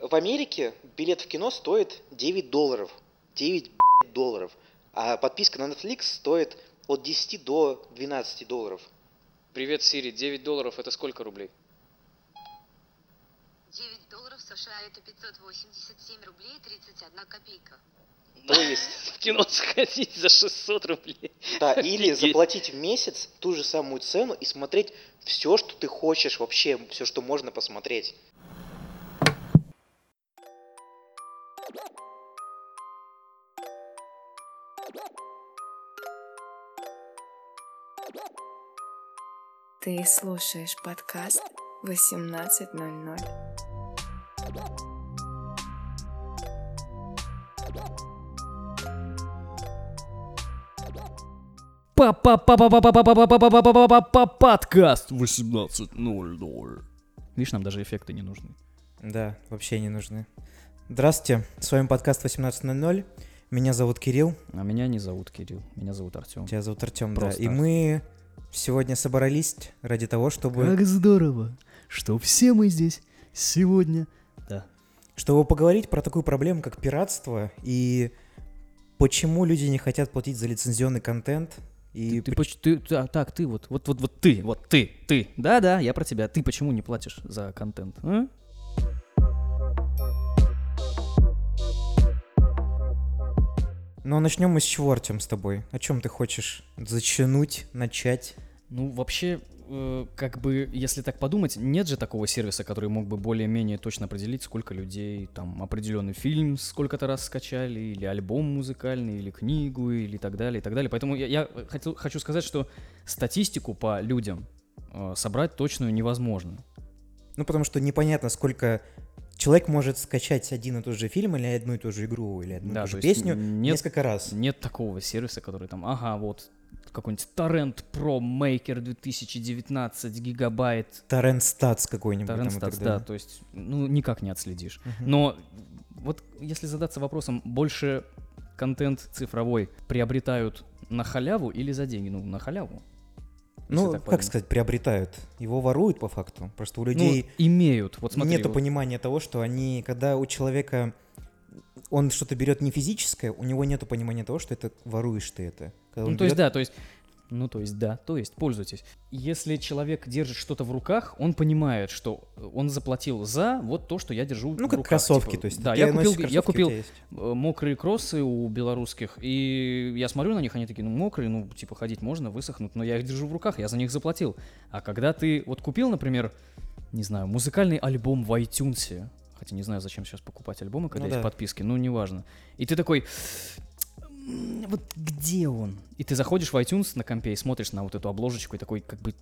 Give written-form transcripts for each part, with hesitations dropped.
В Америке билет в кино стоит $9. $9. А подписка на Netflix стоит от 10 до $12. Привет, Сири, $9 это сколько рублей? $9 США это 587 рублей 31 копейка. То есть... В кино сходить за 600 рублей. Да, или Офигеть. заплатить в месяц ту же самую цену и смотреть все, что ты хочешь, вообще все, что можно посмотреть. Ты слушаешь подкаст 18:00. Подкаст 18:00. Видишь, нам даже эффекты не нужны. Да, вообще не нужны. Здравствуйте, с вами подкаст 18:00. Меня зовут Кирилл. А меня не зовут Кирилл, меня зовут Артем. Тебя зовут Артем, да. Просто И мы сегодня собрались ради того, чтобы здорово, что все мы здесь сегодня. Да. поговорить про такую проблему, как пиратство, и почему люди не хотят платить за лицензионный контент. И Ты, ты. Да, я про тебя. Ты почему не платишь за контент? А? Но начнем мы с чего, Артем, с тобой? О чем ты хочешь начать? Ну, вообще, как бы, если так подумать, нет же такого сервиса, который мог бы более-менее точно определить, сколько людей там определенный фильм сколько-то раз скачали, или альбом музыкальный, или книгу, или так далее, и так далее. Поэтому я хочу сказать, что статистику по людям собрать точную невозможно. Ну, потому что непонятно, сколько человек может скачать один и тот же фильм, или одну и ту же игру, или одну и ту же песню несколько раз. Нет такого сервиса, который там, вот, какой-нибудь Torrent Pro Maker 2019 гигабайт. Torrent Stats какой-нибудь. Torrent Stats, да, то есть, никак не отследишь. Но вот если задаться вопросом, больше контент цифровой приобретают на халяву или за деньги? Ну, на халяву. Как сказать, приобретают. Его воруют по факту. Просто у людей имеют. Вот смотри, нету понимания того, что когда у человека он что-то берет не физическое, у него нету понимания того, что это воруешь ты это. То есть пользуйтесь. Если человек держит что-то в руках, он понимает, что он заплатил за вот то, что я держу в руках. Как кроссовки, типа, то есть. Да, я купил мокрые кроссы у белорусских, и я смотрю на них, они такие, мокрые, ходить можно, высохнут, но я их держу в руках, я за них заплатил. А когда ты вот купил, например, не знаю, музыкальный альбом в iTunes, хотя не знаю, зачем сейчас покупать альбомы, когда есть подписки, неважно. И ты такой, вот где он? И ты заходишь в iTunes на компе и смотришь на вот эту обложечку и такой,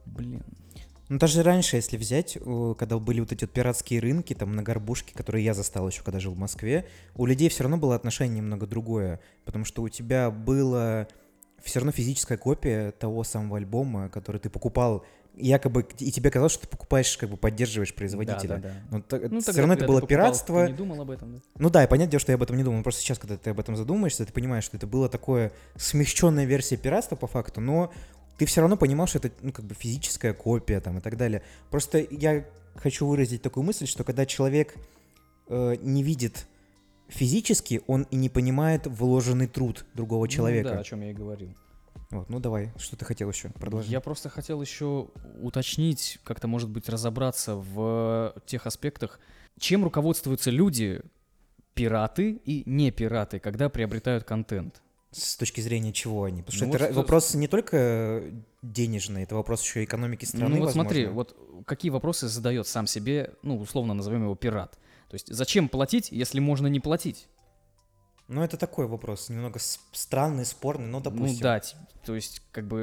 даже раньше, если взять, когда были вот эти пиратские рынки, там, на горбушке, которые я застал еще, когда жил в Москве, у людей все равно было отношение немного другое, потому что у тебя была все равно физическая копия того самого альбома, который ты покупал, якобы, и тебе казалось, что ты покупаешь, поддерживаешь производителя. Да. Но все равно это было пиратство. Ты не думал об этом, да? И понятное дело, что я об этом не думал. Просто сейчас, когда ты об этом задумаешься, ты понимаешь, что это была такое смягченная версия пиратства по факту, но ты все равно понимал, что это, физическая копия там и так далее. Просто я хочу выразить такую мысль, что когда человек не видит физически, он и не понимает вложенный труд другого человека. Да, о чем я и говорил. Давай, что ты хотел еще? Продолжи. Я просто хотел еще уточнить, как-то, может быть, разобраться в тех аспектах, чем руководствуются люди, пираты и не пираты, когда приобретают контент. С точки зрения чего они? Потому что это вопрос не только денежный, это вопрос еще экономики страны, возможно. Смотри, какие вопросы задает сам себе, условно назовем его пират. То есть зачем платить, если можно не платить? Это такой вопрос, немного странный, спорный, но допустим. То есть,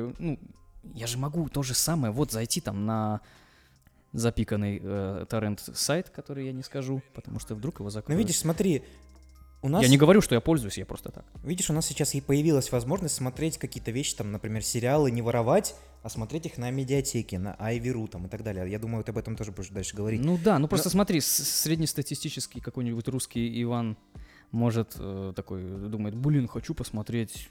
я же могу то же самое, зайти там на запиканный торрент-сайт, который я не скажу, потому что вдруг его закроют. Видишь, смотри, у нас... Я не говорю, что я пользуюсь, я просто так. Видишь, у нас сейчас и появилась возможность смотреть какие-то вещи, там, например, сериалы, не воровать, а смотреть их на медиатеке, на Айви.ру там и так далее. Я думаю, ты об этом тоже будешь дальше говорить. Просто смотри, среднестатистический какой-нибудь русский Иван может думает, хочу посмотреть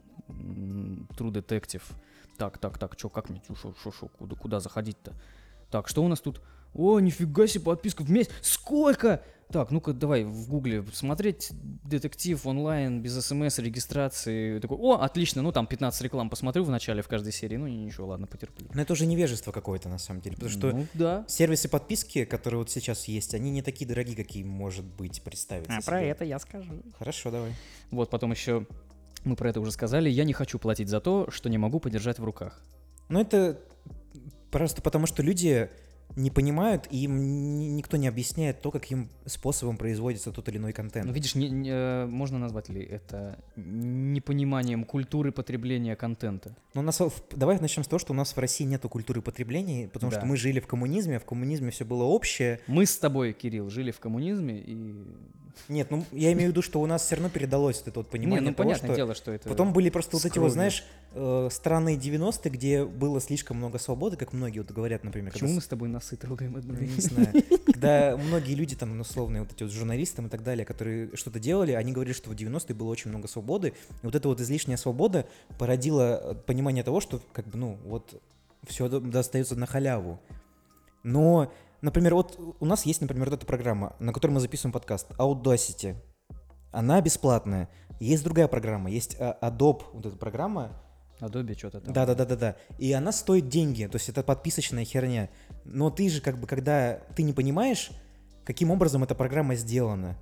True Detective. Так, как мне, куда заходить-то? Так, что у нас тут? О, нифига себе, подписка в месяц. Сколько? Так, ну-ка давай в гугле смотреть детектив онлайн без смс, регистрации. Такой, о, отлично, ну там 15 реклам посмотрю в начале в каждой серии, ну ничего, ладно, потерплю. Но это уже невежество какое-то на самом деле, потому что Ну, да. сервисы подписки, которые вот сейчас есть, они не такие дорогие, какие, может быть, представить. я скажу. Хорошо, давай. Вот, потом еще, мы про это уже сказали, я не хочу платить за то, что не могу подержать в руках. Ну, это просто потому, что люди не понимают, и им никто не объясняет то, каким способом производится тот или иной контент. Ну, видишь, можно назвать ли это непониманием культуры потребления контента? Но давай начнем с того, что у нас в России нету культуры потребления, потому Да. что мы жили в коммунизме, а в коммунизме все было общее. Мы с тобой, Кирилл, жили в коммунизме и... Нет, ну я имею в виду, что у нас все равно передалось вот это вот понимание Не, ну того, понятное что дело, что это... потом были просто с вот эти вот, кровью. знаешь, страны 90-х, где было слишком много свободы, как многие вот говорят, например. Почему мы с тобой носы трогаем Ну, не знаю. Когда многие люди, там, условные вот эти вот журналисты и так далее, которые что-то делали, они говорили, что в 90-е было очень много свободы, и вот эта вот излишняя свобода породила понимание того, что, как бы, ну, вот все достается на халяву. Но, например, вот у нас есть, например, вот эта программа, на которой мы записываем подкаст, Audacity. Она бесплатная. Есть другая программа, есть Adobe, вот эта программа. Adobe что-то там. Да. И она стоит деньги, то есть это подписочная херня. Но ты же, как бы, когда ты не понимаешь, каким образом эта программа сделана,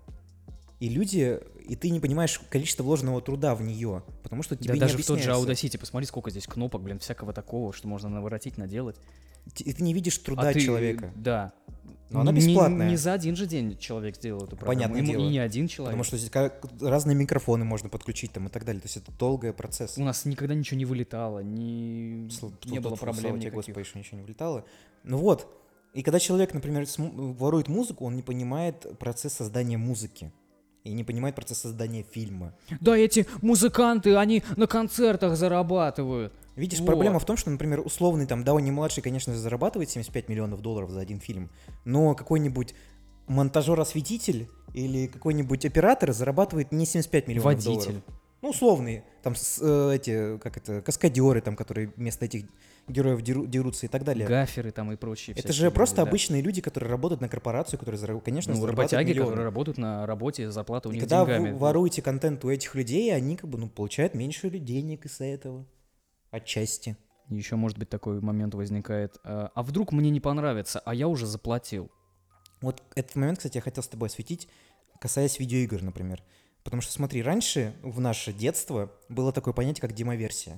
и ты не понимаешь количество вложенного труда в нее, потому что тебе Да не даже в тот же объясняется. Audacity, посмотри, сколько здесь кнопок, блин, всякого такого, что можно наворотить, наделать. И ты не видишь труда ты- человека. Да. Но она Не- бесплатная. Не за один же день человек сделал эту программу. Понятное И дело. не один человек. Потому что здесь разные микрофоны можно подключить там и так далее. То есть это долгий процесс. У нас никогда ничего не вылетало, не было проблем Слава тебе, никаких. Господи, что ничего не вылетало. Ну вот. И когда человек, например, ворует музыку, он не понимает процесс создания музыки. И не понимает процесс создания фильма. Да, эти музыканты, они на концертах зарабатывают. Видишь, Вот. проблема в том, что, например, условный там Дауни-младший, конечно, зарабатывает 75 миллионов долларов за один фильм, но какой-нибудь монтажер-осветитель или какой-нибудь оператор зарабатывает не 75 миллионов долларов. Водитель. Ну, условные, там каскадеры, там, которые вместо этих героев дерутся и так далее. Гаферы там и прочие. Это всякие же люди, просто да. обычные люди, которые работают на корпорацию, которые, конечно, Ну, зарабатывают работяги, миллионы. которые работают на работе, зарплата у И них когда деньгами. вы воруете контент у этих людей, они как бы, ну, получают меньше денег из-за этого. Отчасти. Еще, может быть, такой момент возникает. А вдруг мне не понравится, а я уже заплатил? Вот этот момент, кстати, я хотел с тобой осветить, касаясь видеоигр, например. Потому что, смотри, раньше, в наше детство, было такое понятие, как демоверсия.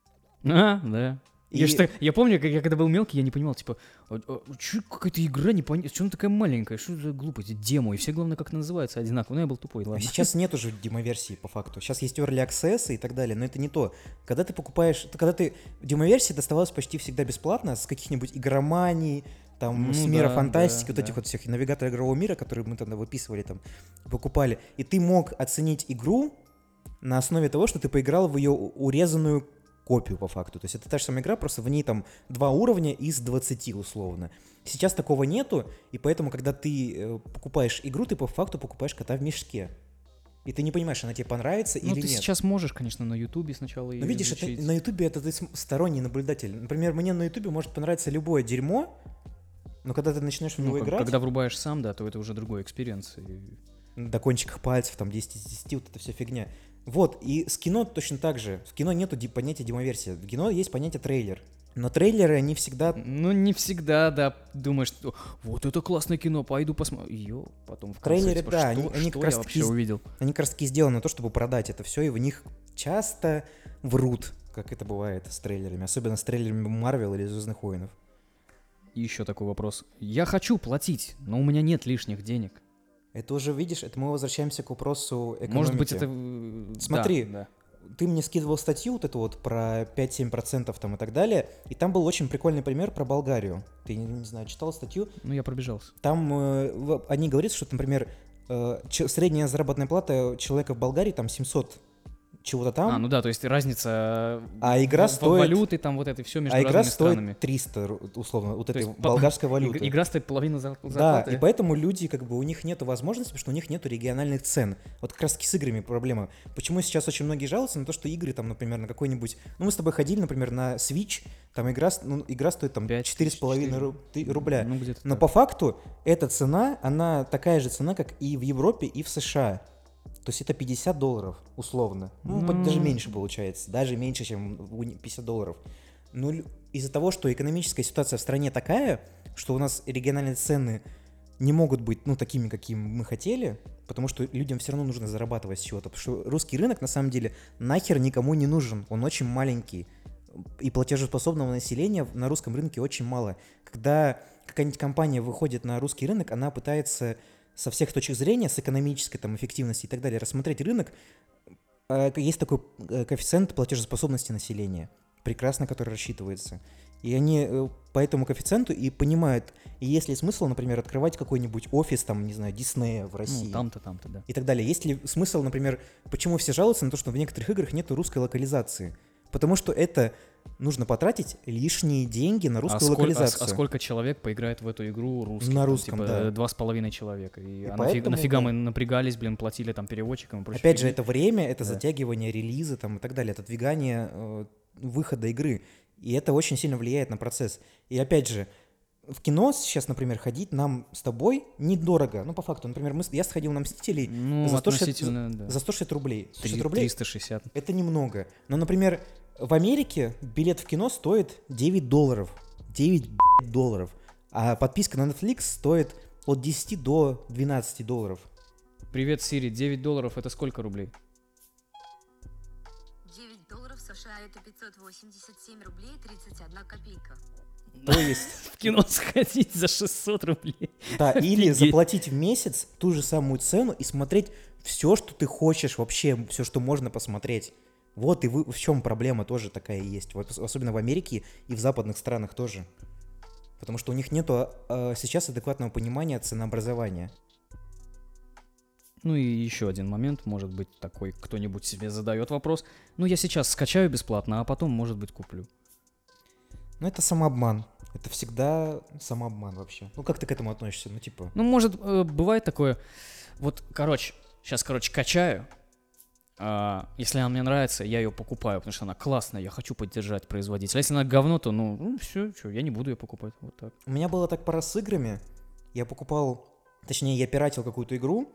Да. И- Я помню, как я когда был мелкий, я не понимал, типа, что какая-то игра непонятная, что она такая маленькая, что за глупость, демо, и все, главное, как называется, одинаково. Ну, я был тупой, А ладно. сейчас нет уже демоверсии, по факту. Сейчас есть early access и так далее, но это не то. Когда ты покупаешь... Демоверсия доставалась почти всегда бесплатно с каких-нибудь игроманий, там, Ну с мира да, фантастики, да, вот этих да. вот всех навигаторов игрового мира, которые мы тогда выписывали, там, покупали. И ты мог оценить игру на основе того, что ты поиграл в ее урезанную копию, по факту. То есть это та же самая игра, просто в ней там 2 уровня из 20, условно. Сейчас такого нету, и поэтому, когда ты покупаешь игру, ты по факту покупаешь кота в мешке. И ты не понимаешь, она тебе понравится Ну, или ты нет. сейчас можешь, конечно, на Ютубе сначала ее Но видишь, это, изучить. на Ютубе это ты сторонний наблюдатель. Например, мне на Ютубе может понравиться любое дерьмо, но когда ты начнешь в Ну, него играть, когда врубаешь сам, да, то это уже другой экспириенс. до кончиков пальцев, там 10 из 10, вот это вся фигня. Вот, и с кино точно так же. В кино нету понятия демоверсия. В кино есть понятие трейлер. Но трейлеры, они всегда... Ну, не всегда, да, думаешь, что вот это классное кино, пойду посмотрю. Потом в конце, Трейлеры, типа, да, что, они что как раз я таки вообще увидел? Они как раз таки сделаны на то, чтобы продать это все, и в них часто врут, как это бывает с трейлерами. Особенно с трейлерами Марвел или Звездных войнов. И еще такой вопрос. Я хочу платить, но у меня нет лишних денег. Это уже, видишь, это мы возвращаемся к вопросу экономики. Может быть, это... Смотри, Да. Ты мне скидывал статью вот эту вот про 5-7% там и так далее, и там был очень прикольный пример про Болгарию. Ты, не знаю, читал статью? Ну, я пробежался. Там они говорят, что, например, средняя заработная плата человека в Болгарии там 700 чего-то там, Ну да, то есть разница а игра стоит... валюты, там вот это все между А игра разными стоит странами. 300, условно, вот То этой есть болгарской валюты. Игра стоит половину Да, зарплаты. и поэтому люди, как бы, у них нету возможности, потому что у них нету региональных цен. Вот как раз таки с играми проблема. Почему сейчас очень многие жалуются на то, что игры, там, например, на какой-нибудь... Ну, мы с тобой ходили, например, на Switch, там игра стоит там 5 4,5 рубля. Ну, где-то Но так. по факту эта цена, она такая же цена, как и в Европе, и в США. То есть это $50, условно. Ну, даже меньше получается. Даже меньше, чем $50. Но из-за того, что экономическая ситуация в стране такая, что у нас региональные цены не могут быть, ну, такими, какими мы хотели, потому что людям все равно нужно зарабатывать с чего-то. Потому что русский рынок, на самом деле, нахер никому не нужен. Он очень маленький. И платежеспособного населения на русском рынке очень мало. Когда какая-нибудь компания выходит на русский рынок, она пытается со всех точек зрения, с экономической там, эффективности и так далее, рассмотреть рынок. Есть такой коэффициент платежеспособности населения, прекрасно который рассчитывается. И они по этому коэффициенту и понимают, и есть ли смысл, например, открывать какой-нибудь офис, там, не знаю, Диснея в России. Ну, там-то, да. И так далее. Есть ли смысл, например, почему все жалуются на то, что в некоторых играх нет русской локализации? Потому что это нужно потратить лишние деньги на русскую локализацию. А сколько человек поиграет в эту игру русских? На Там, русском, типа, да. 2,5 человека. А поэтому, нафига да. мы напрягались, платили там переводчикам и прочее. Опять же, это время, это Да. затягивание релиза там, и так далее, это отодвигание выхода игры. И это очень сильно влияет на процесс. И опять же, в кино сейчас, например, ходить нам с тобой недорого. Ну, по факту, например, я сходил на «Мстителей» Ну, за 160, да. за 160 рублей. 160 рублей 360. это немного. Но, например, в Америке билет в кино стоит $9. $9, а подписка на Netflix стоит от 10 до $12. Привет, Сири, $9 это сколько рублей? $9 США это 587 рублей 31 копейка. То есть, В кино сходить за 600 рублей. да, или Офигеть. заплатить в месяц ту же самую цену и смотреть все, что ты хочешь, вообще все, что можно посмотреть. Вот и в чем проблема тоже такая есть. Вот особенно в Америке и в западных странах тоже. Потому что у них нету сейчас адекватного понимания ценообразования. Ну и еще один момент, может быть, такой, кто-нибудь себе задает вопрос. Ну, я сейчас скачаю бесплатно, а потом, может быть, куплю. Но это самообман. Это всегда самообман вообще. Ну, как ты к этому относишься? Ну, типа... Ну, может, бывает такое. Вот, сейчас, качаю. Если она мне нравится, я ее покупаю, потому что она классная, я хочу поддержать производителя. А если она говно, то, все, я не буду ее покупать. Вот так. У меня было так пора с играми. Я покупал... Точнее, я пиратил какую-то игру.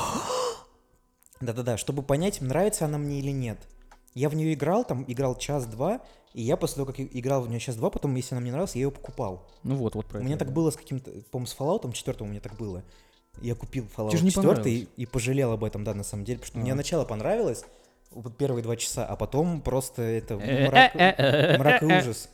Да-да-да, чтобы понять, нравится она мне или нет. Я в нее играл час-два, и я после того, как играл в нее час-два, потом, если она мне нравилась, я ее покупал. Ну вот про У это меня я так говорю. было с каким-то, по-моему, с Fallout 4 у меня так было. Я купил Fallout Тебе же не 4 понравилось. и пожалел об этом, да, на самом деле, потому что мне начало понравилось, вот первые 2 часа, а потом просто это мрак и ужас.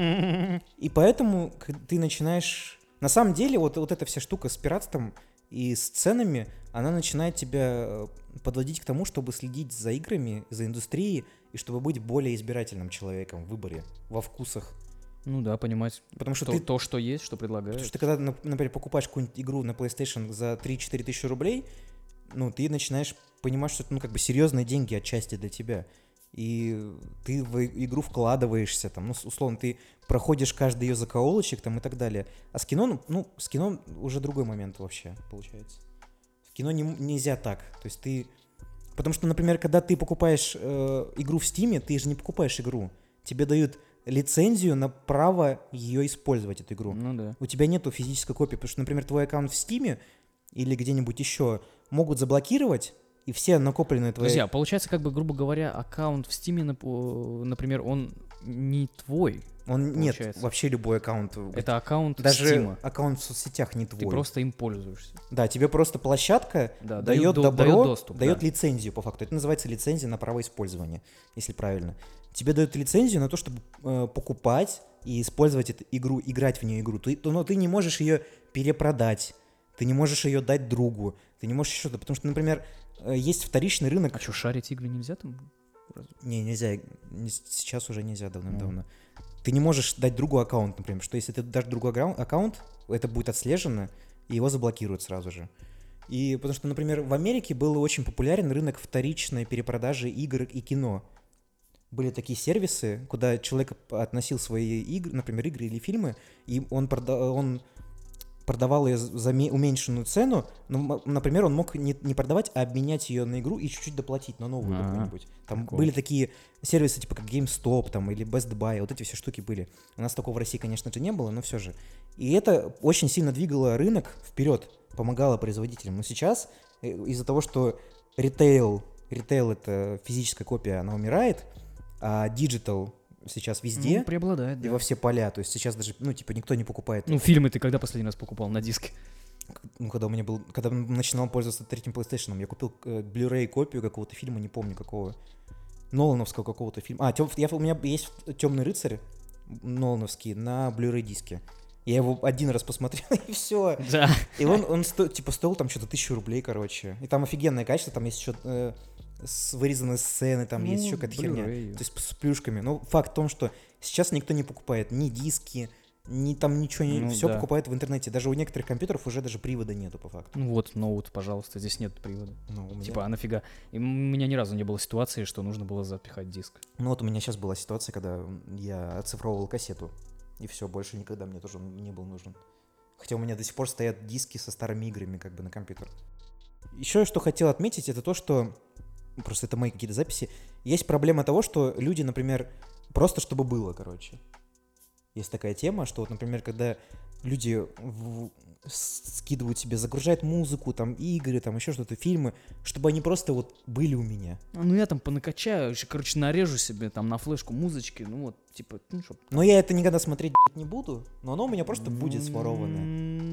И поэтому ты начинаешь... На самом деле, вот эта вся штука с пиратством и с ценами, она начинает тебя подводить к тому, чтобы следить за играми, за индустрией, и чтобы быть более избирательным человеком в выборе, во вкусах. Ну да, понимать Потому что то, что есть, что предлагают. Потому что ты когда, например, покупаешь какую-нибудь игру на PlayStation за 3-4 тысячи рублей, ну, ты начинаешь понимать, что это, ну, как бы серьезные деньги отчасти для тебя. И ты в игру вкладываешься, там, ну, условно, ты проходишь каждый ее закоулочек, там, и так далее. А с кино, с кино уже другой момент вообще, получается. В кино нельзя так. То есть ты... Потому что, например, когда ты покупаешь игру в Стиме, ты же не покупаешь игру. Тебе дают лицензию на право ее использовать, эту игру. Ну да. У тебя нету физической копии, потому что, например, твой аккаунт в Стиме или где-нибудь еще могут заблокировать, и все накопленные твои... Друзья, получается, как бы, грубо говоря, аккаунт в Стиме, например, он не твой. Он нет, получается. вообще любой аккаунт. Это аккаунт Даже Стима. аккаунт в соцсетях не Ты твой. просто им пользуешься. Да, тебе просто площадка Да, дает дает добро, доступ, дает да. лицензию по факту. Это называется лицензия на право использования, если правильно. Тебе дают лицензию на то, чтобы покупать и использовать эту игру, играть в нее игру. Но ты не можешь ее перепродать, ты не можешь ее дать другу, ты не можешь что-то, потому что, например, есть вторичный рынок. А что, шарить игры нельзя там? Не, нельзя. Сейчас уже нельзя давным-давно. Ты не можешь дать другу аккаунт, например, что если ты дашь другу аккаунт, это будет отслежено, и его заблокируют сразу же. И потому что, например, в Америке был очень популярен рынок вторичной перепродажи игр и кино. Были такие сервисы, куда человек относил свои игры, например, игры или фильмы, и он продавал ее за уменьшенную цену, но, например, он мог не продавать, а обменять ее на игру и чуть-чуть доплатить на новую какую-нибудь. Там прикол. были такие сервисы, типа как GameStop там, или Best Buy, вот эти все штуки были. У нас такого в России, конечно же, не было, но все же. И это очень сильно двигало рынок вперед, помогало производителям. Но сейчас из-за того, что ритейл это физическая копия, она умирает, а диджитал сейчас везде Ну, преобладает, и да. во все поля, то есть сейчас даже, типа, никто не покупает. Ну, фильмы ты когда последний раз покупал на диске? Когда начинал пользоваться третьим PlayStation, я купил Blu-ray копию какого-то фильма, не помню какого, Нолановского какого-то фильма. У меня есть «Темный рыцарь» Нолановский на Blu-ray диске. Я его один раз посмотрел, и все. Да. И он стоил там что-то 1000 рублей, короче. И там офигенное качество, там есть еще вырезанные сцены, там есть еще какая-то херня. Blu-ray. То есть с плюшками. Но факт в том, что сейчас никто не покупает ни диски, ни там ничего, Ну, все да. покупают в интернете. Даже у некоторых компьютеров уже даже привода нету, по факту. Ну вот, ноут, пожалуйста, здесь нет привода. Ну, у меня- Типа, а нафига? И у меня ни разу не было ситуации, что нужно было запихать диск. Ну вот у меня сейчас была ситуация, когда я оцифровывал кассету. И все, больше никогда мне тоже не был нужен. Хотя у меня до сих пор стоят диски со старыми играми как бы на компьютер. Еще что хотел отметить, это то, что... Просто это мои какие-то записи. Есть проблема того, что люди, например, просто чтобы было, короче. Есть такая тема, что вот, например, когда люди скидывают себе, загружают музыку, там, игры, там, еще что-то, фильмы, чтобы они просто вот были у меня. Ну я там понакачаю, еще, короче, нарежу себе там на флешку музычки, ну вот, типа, ну чтоб... Но я это никогда смотреть не буду, но оно у меня просто будет сворованное.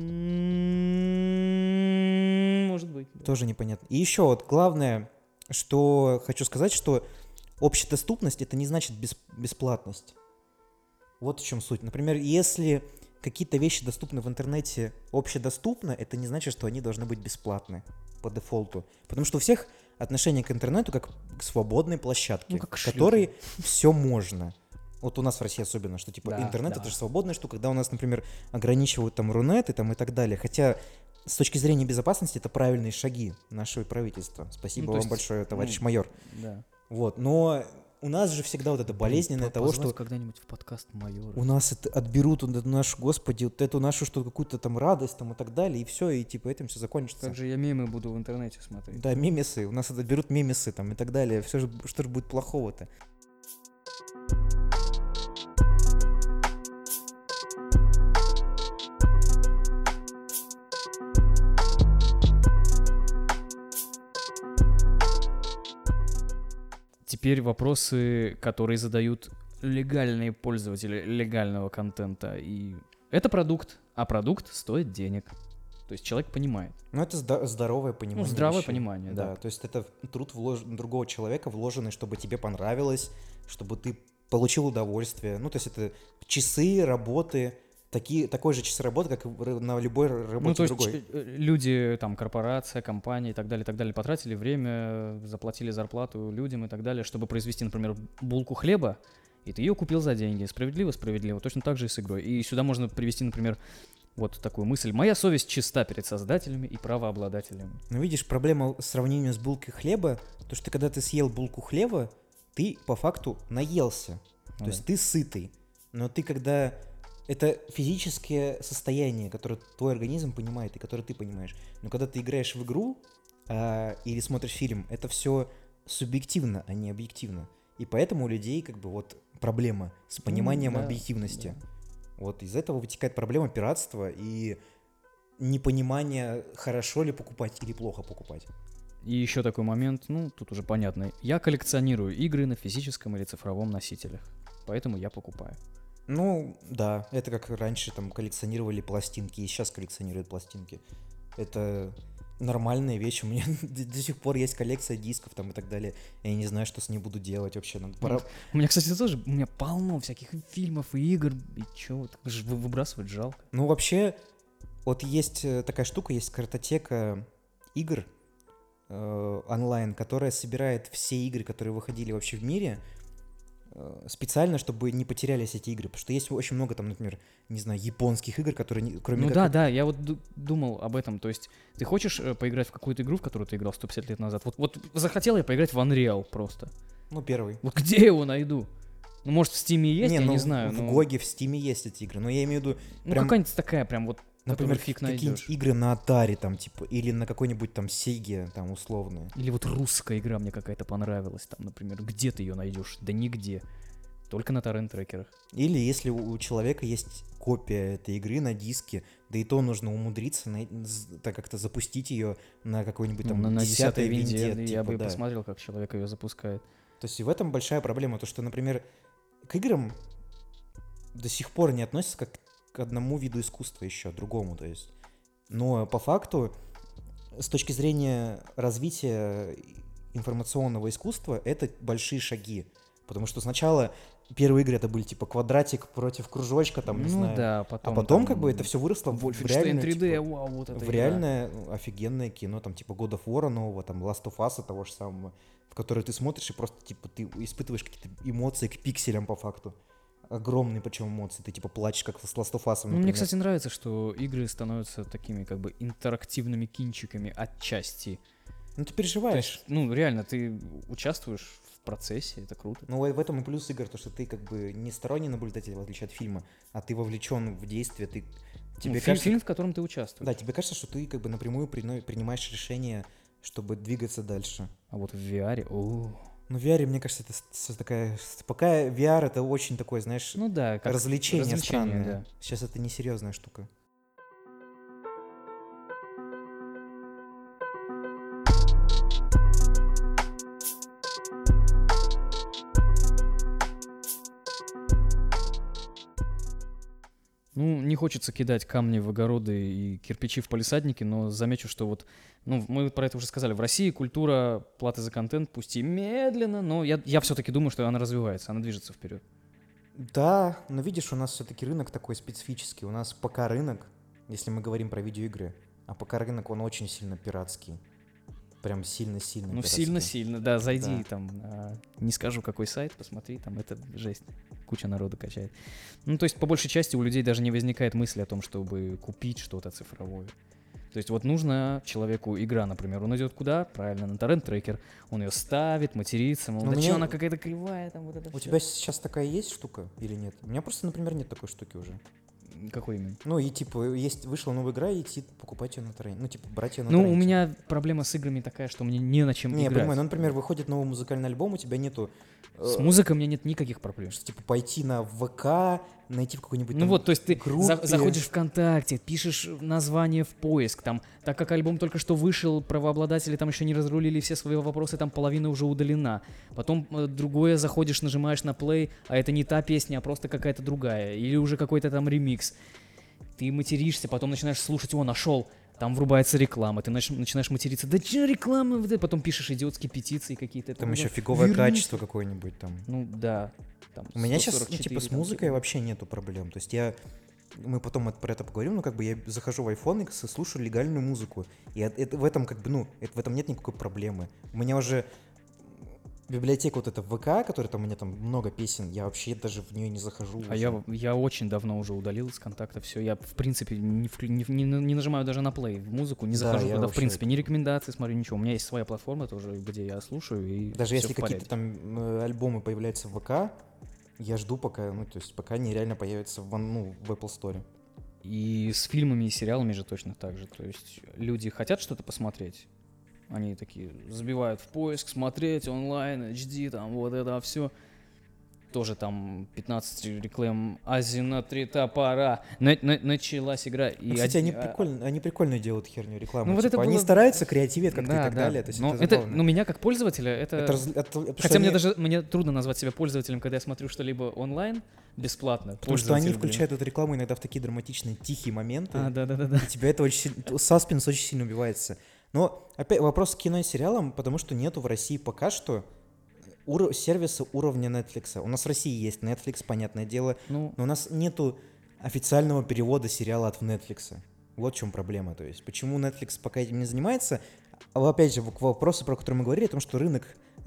Может быть. да. Тоже непонятно. И еще вот главное, что хочу сказать, что общедоступность — это не значит бесплатность. Вот в чем суть. Например, если какие-то вещи доступны в интернете общедоступно, это не значит, что они должны быть бесплатны по дефолту. Потому что у всех отношение к интернету как к свободной площадке, Ну, как к в которой все можно. Вот у нас в России особенно, что типа Да, интернет да. это же свободная штука, когда у нас, например, ограничивают там Рунет там и так далее. Хотя с точки зрения безопасности это правильные шаги нашего правительства. Спасибо Ну, то вам есть, большое, товарищ ну, майор. Да. Вот, но у нас же всегда вот это болезненное того, Позвать что когда-нибудь в подкаст майора. у нас это отберут вот эту нашу, господи, вот эту нашу что какую-то там радость там и так далее, и все, и типа этим все закончится. Как же я мемы буду в интернете смотреть? Да, мемесы, у нас отберут мемесы там и так далее. Все же, что же будет плохого-то? Теперь вопросы, которые задают легальные пользователи легального контента. И это продукт, а продукт стоит денег. То есть человек понимает. Ну, это здоровое понимание. Ну, здравое вещей. понимание, да. То есть это труд другого человека, вложенный, чтобы тебе понравилось, чтобы ты получил удовольствие. Ну, то есть это часы работы, такой же часы работы, как и на любой работе Ну, то есть другой. люди, там, корпорация, компания и так далее, потратили время, заплатили зарплату людям и так далее, чтобы произвести, например, булку хлеба, и ты ее купил за деньги. Справедливо, справедливо. Точно так же и с игрой. И сюда можно привести, например, вот такую мысль. Моя совесть чиста перед создателями и правообладателями. Ну, видишь, проблема с сравнением с булкой хлеба, то, что когда ты съел булку хлеба, ты по факту наелся. То Да. есть ты сытый. Но ты когда... Это физическое состояние, которое твой организм понимает и которое ты понимаешь. Но когда ты играешь в игру или смотришь фильм, это все субъективно, а не объективно. И поэтому у людей как бы вот проблема с пониманием да, объективности. да. Вот из этого вытекает проблема пиратства и непонимание, хорошо ли покупать или плохо покупать. И еще такой момент, ну, тут уже понятно. Я коллекционирую игры на физическом или цифровом носителях. Поэтому я покупаю. Ну, да, это как раньше там коллекционировали пластинки, и сейчас коллекционируют пластинки. Это нормальная вещь. У меня до сих пор есть коллекция дисков там и так далее. Я не знаю, что с ней буду делать вообще. Надо пора... У меня, кстати, тоже, у меня полно всяких фильмов и игр. И чё, вот, выбрасывать жалко. Ну, вообще, вот есть такая штука, есть картотека игр онлайн, которая собирает все игры, которые выходили вообще в мире, специально, чтобы не потерялись эти игры. Потому что есть очень много там, например, не знаю, японских игр, которые, кроме Ну как... да, я вот думал об этом. То есть ты хочешь поиграть в какую-то игру, в которую ты играл 150 лет назад? Вот захотел я поиграть в Unreal просто. Ну, первый. Вот где я его найду? Ну, может, в Стиме есть, я ну, не знаю. в Гоге, в Стиме есть эти игры, но я имею в виду... Ну, прям, какая-нибудь такая прям вот, например, которую фиг какие-нибудь найдешь. игры на Atari, там, типа, или на какой-нибудь там Сеге, там, условные. Или вот русская игра мне какая-то понравилась, там, например. Где ты ее найдешь? Да нигде. Только на торрент-трекерах. Или если у человека есть копия этой игры на диске, да и то нужно умудриться так как-то запустить ее на какой-нибудь там На 10-й 10-й винде винде. я типа, бы и да. посмотрел, как человек ее запускает. То есть и в этом большая проблема, то что, например, к играм до сих пор не относятся как к одному виду искусства еще, другому, то есть. Но по факту, с точки зрения развития информационного искусства, это большие шаги. Потому что сначала первые игры это были типа квадратик против кружочка, там, не Ну знаю. да, А потом потом там как бы это все выросло в Wolfenstein реальное, 3D, типа, вау, вот это в игра. реальное офигенное кино, там типа God of War нового, там Last of Us того же самого, в которое ты смотришь и просто типа ты испытываешь какие-то эмоции к пикселям по факту. Огромные причем эмоции, ты типа плачешь, как с Last of Us, Ну, например. мне, кстати, нравится, что игры становятся такими как бы интерактивными кинчиками отчасти. Ну ты То переживаешь. есть, ну, реально, ты участвуешь в процессе, это круто. Ну, в этом и плюс игр, то, что ты как бы не сторонний наблюдатель, в отличие от фильма, а ты вовлечен в действие, ты... Тебе Ну, кажется, фильм, в котором ты участвуешь. да, тебе кажется, что ты как бы напрямую принимаешь решение, чтобы двигаться дальше. А вот в VR, Ну, в VR, мне кажется, это такая... Пока VR это очень такое, знаешь, ну да, как развлечение странное. да. Сейчас это несерьезная штука. Ну, не хочется кидать камни в огороды и кирпичи в палисадники, но замечу, что вот, ну, мы про это уже сказали, в России культура платы за контент, пусть и медленно, но я все-таки думаю, что она развивается, она движется вперед. Да, но видишь, у нас все-таки рынок такой специфический. У нас пока рынок, если мы говорим про видеоигры, а пока рынок, он очень сильно пиратский. Прям сильно-сильно Ну, пиратский. сильно-сильно, да, зайди Да. там, не скажу какой сайт, посмотри, там это жесть, куча народу качает. Ну, то есть, по большей части у людей даже не возникает мысли о том, чтобы купить что-то цифровое. То есть вот нужна человеку игра, например, он идет куда? Правильно, на торрент-трекер, он ее ставит, матерится, мол, Ну, да мне- что она какая-то кривая, там вот это У всё. тебя сейчас такая есть штука или нет? У меня просто, например, нет такой штуки уже. Какой именно? Ну и типа вышла новая игра, и идти покупать ее на торренте. Ну типа брать ее на Ну, у торренте. меня проблема с играми такая, что мне не на чем Не, я играть. понимаю, ну, например, выходит новый музыкальный альбом, у тебя нету... С музыкой у меня нет никаких проблем. что, типа, пойти на ВК, найти в какой-нибудь Ну там вот, то есть ты группе. заходишь ВКонтакте, пишешь название в поиск, там, так как альбом только что вышел, правообладатели там еще не разрулили все свои вопросы, там половина уже удалена. Потом другое, заходишь, нажимаешь на плей, а это не та песня, а просто какая-то другая. Или уже какой-то там ремикс. Ты материшься, потом начинаешь слушать, нашел. Там врубается реклама, ты начинаешь материться. Да че реклама? Потом пишешь идиотские петиции какие-то. Там Ну, еще да, фиговое верните. качество какое-нибудь там. Ну да. Там У меня сейчас, 144 типа, с там, музыкой вообще нету проблем. То есть мы потом про это поговорим, но как бы я захожу в iPhone и слушаю легальную музыку. И в этом как бы, в этом нет никакой проблемы. У меня уже библиотека вот эта ВК, которая там у меня там много песен, я вообще даже в нее не захожу. А уже. я очень давно уже удалил из контакта все. Я, в принципе, не нажимаю даже на плей в музыку, не Да, захожу я туда, в вообще- принципе, ни рекомендации смотрю, ничего. У меня есть своя платформа тоже, где я слушаю, и Даже всё если в порядке. какие-то там альбомы появляются в ВК, я жду пока, то есть пока они реально появятся в Apple Store. И с фильмами и сериалами же точно так же. То есть люди хотят что-то посмотреть, они такие забивают в поиск, смотреть онлайн, HD, там вот это все. Тоже там 15 реклам Ази на 3 топора. Началась игра. И Ну, кстати, один- они прикольно делают херню рекламу. Ну, вот типа, это они было- стараются, креативят как-то Да, и так да. далее. То есть Но это это, забавно. ну, меня как пользователя, это... Потому Хотя что мне они- мне трудно назвать себя пользователем, когда я смотрю что-либо онлайн бесплатно. Потому что они Пользователь, блин. включают эту рекламу иногда в такие драматичные, тихие моменты. А, да. И тебя это очень сильно... Саспенс очень сильно убивается. Но опять вопрос к кино и сериалам, потому что нету в России пока что сервиса уровня Netflix. У нас в России есть Netflix, понятное дело, Ну, но у нас нету официального перевода сериала от Netflix. Вот в чем проблема. То есть, почему Netflix пока этим не занимается? А опять же, к вопросу, про который мы говорили, о том, что рынок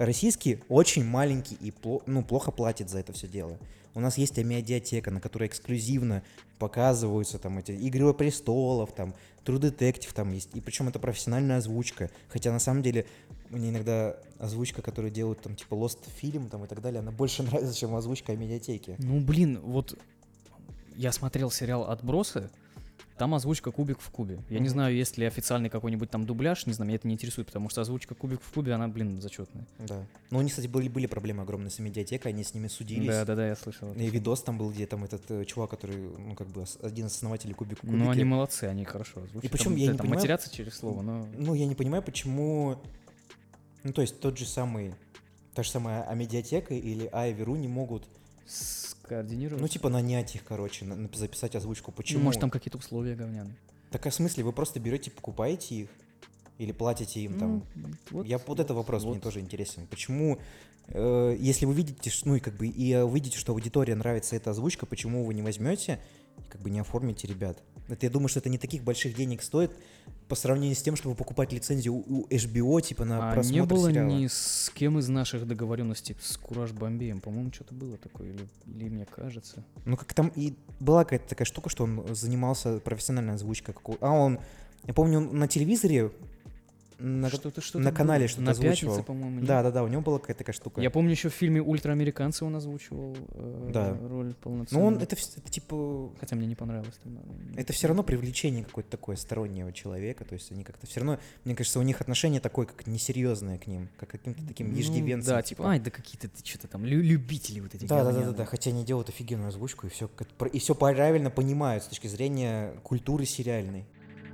российский очень маленький и плохо платит за это все дело. У нас есть медиатека, на которой эксклюзивно показываются там эти «Игры престолов», там True Detective там есть, и причем это профессиональная озвучка, хотя на самом деле мне иногда озвучка, которую делают там типа Lost фильм там и так далее, она больше нравится, чем озвучка медиатеки. Ну, блин, вот я смотрел сериал «Отбросы», там озвучка «Кубик в кубе». Я не знаю, есть ли официальный какой-нибудь там дубляж, не знаю, меня это не интересует, потому что озвучка «Кубик в кубе», она, блин, зачетная. Да. Но у них, кстати, были проблемы огромные с медиатекой, они с ними судились. Да, я слышал. И видос там был, где там этот чувак, который, ну, как бы один из основателей Кубика. Ну, они молодцы, они хорошо озвучивают. И причем там, я не там понимаю... матерятся через слово, но... Ну, я не понимаю, почему... Ну, то есть та же самая медиатека или Айверу не могут, Скоординировать. ну, типа, нанять их, короче, записать озвучку. Почему? Ну, может, там какие-то условия говняные. Так, а в смысле, вы просто берете, покупаете их? Или платите им там? Вот это вопрос мне тоже интересен. Почему, если вы видите, ну и как бы видите, что аудитория нравится эта озвучка, почему вы не возьмете и как бы не оформите ребят? Это, я думаю, что это не таких больших денег стоит по сравнению с тем, чтобы покупать лицензию у HBO, типа, на просмотр не было сериала. ни с кем из наших договоренностей с Кураж Бомбеем. По-моему, что-то было такое, или мне кажется. Ну, как там и была какая-то такая штука, что он занимался профессиональной озвучкой. Я помню, он на телевизоре на канале что-то на озвучивал. Пятнице, по-моему. нет? Да, у него была какая-то такая штука. Я помню, еще в фильме «Ультраамериканцы» он озвучивал Да. роль полноценную. Но он это типа... Хотя мне не понравилось. Это все равно привлечение какое-то такое стороннего человека, то есть они как-то все равно, мне кажется, у них отношение такое, как несерьезное к ним, как к каким-то таким иждивенцам. Да, типа, да какие-то что-то там любители вот эти. Да, хотя они делают офигенную озвучку и все правильно понимают с точки зрения культуры сериальной.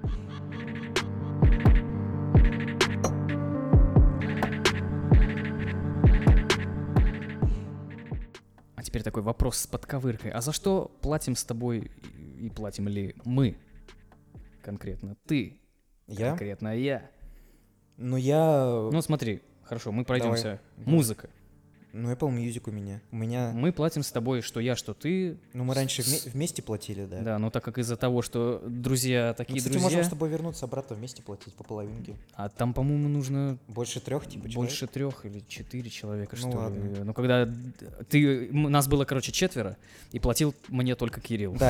А теперь такой вопрос с подковыркой. А за что платим с тобой и платим ли мы? Конкретно ты. Я? Конкретно я. Ну, я... Ну, смотри, хорошо, мы пройдемся. Давай. Музыка. Ну, Apple Music у меня. Мы платим с тобой, что я, что ты. Ну, мы раньше вместе платили, да. Да, но так как из-за того, что друзья такие кстати, друзья... можем с тобой вернуться обратно вместе платить по половинке. А там, по-моему, нужно... Больше 3, типа, Больше 3 или 4 человека, Ну, что ли. ладно. Ну, когда нас было, короче, 4, и платил мне только Кирилл. Да,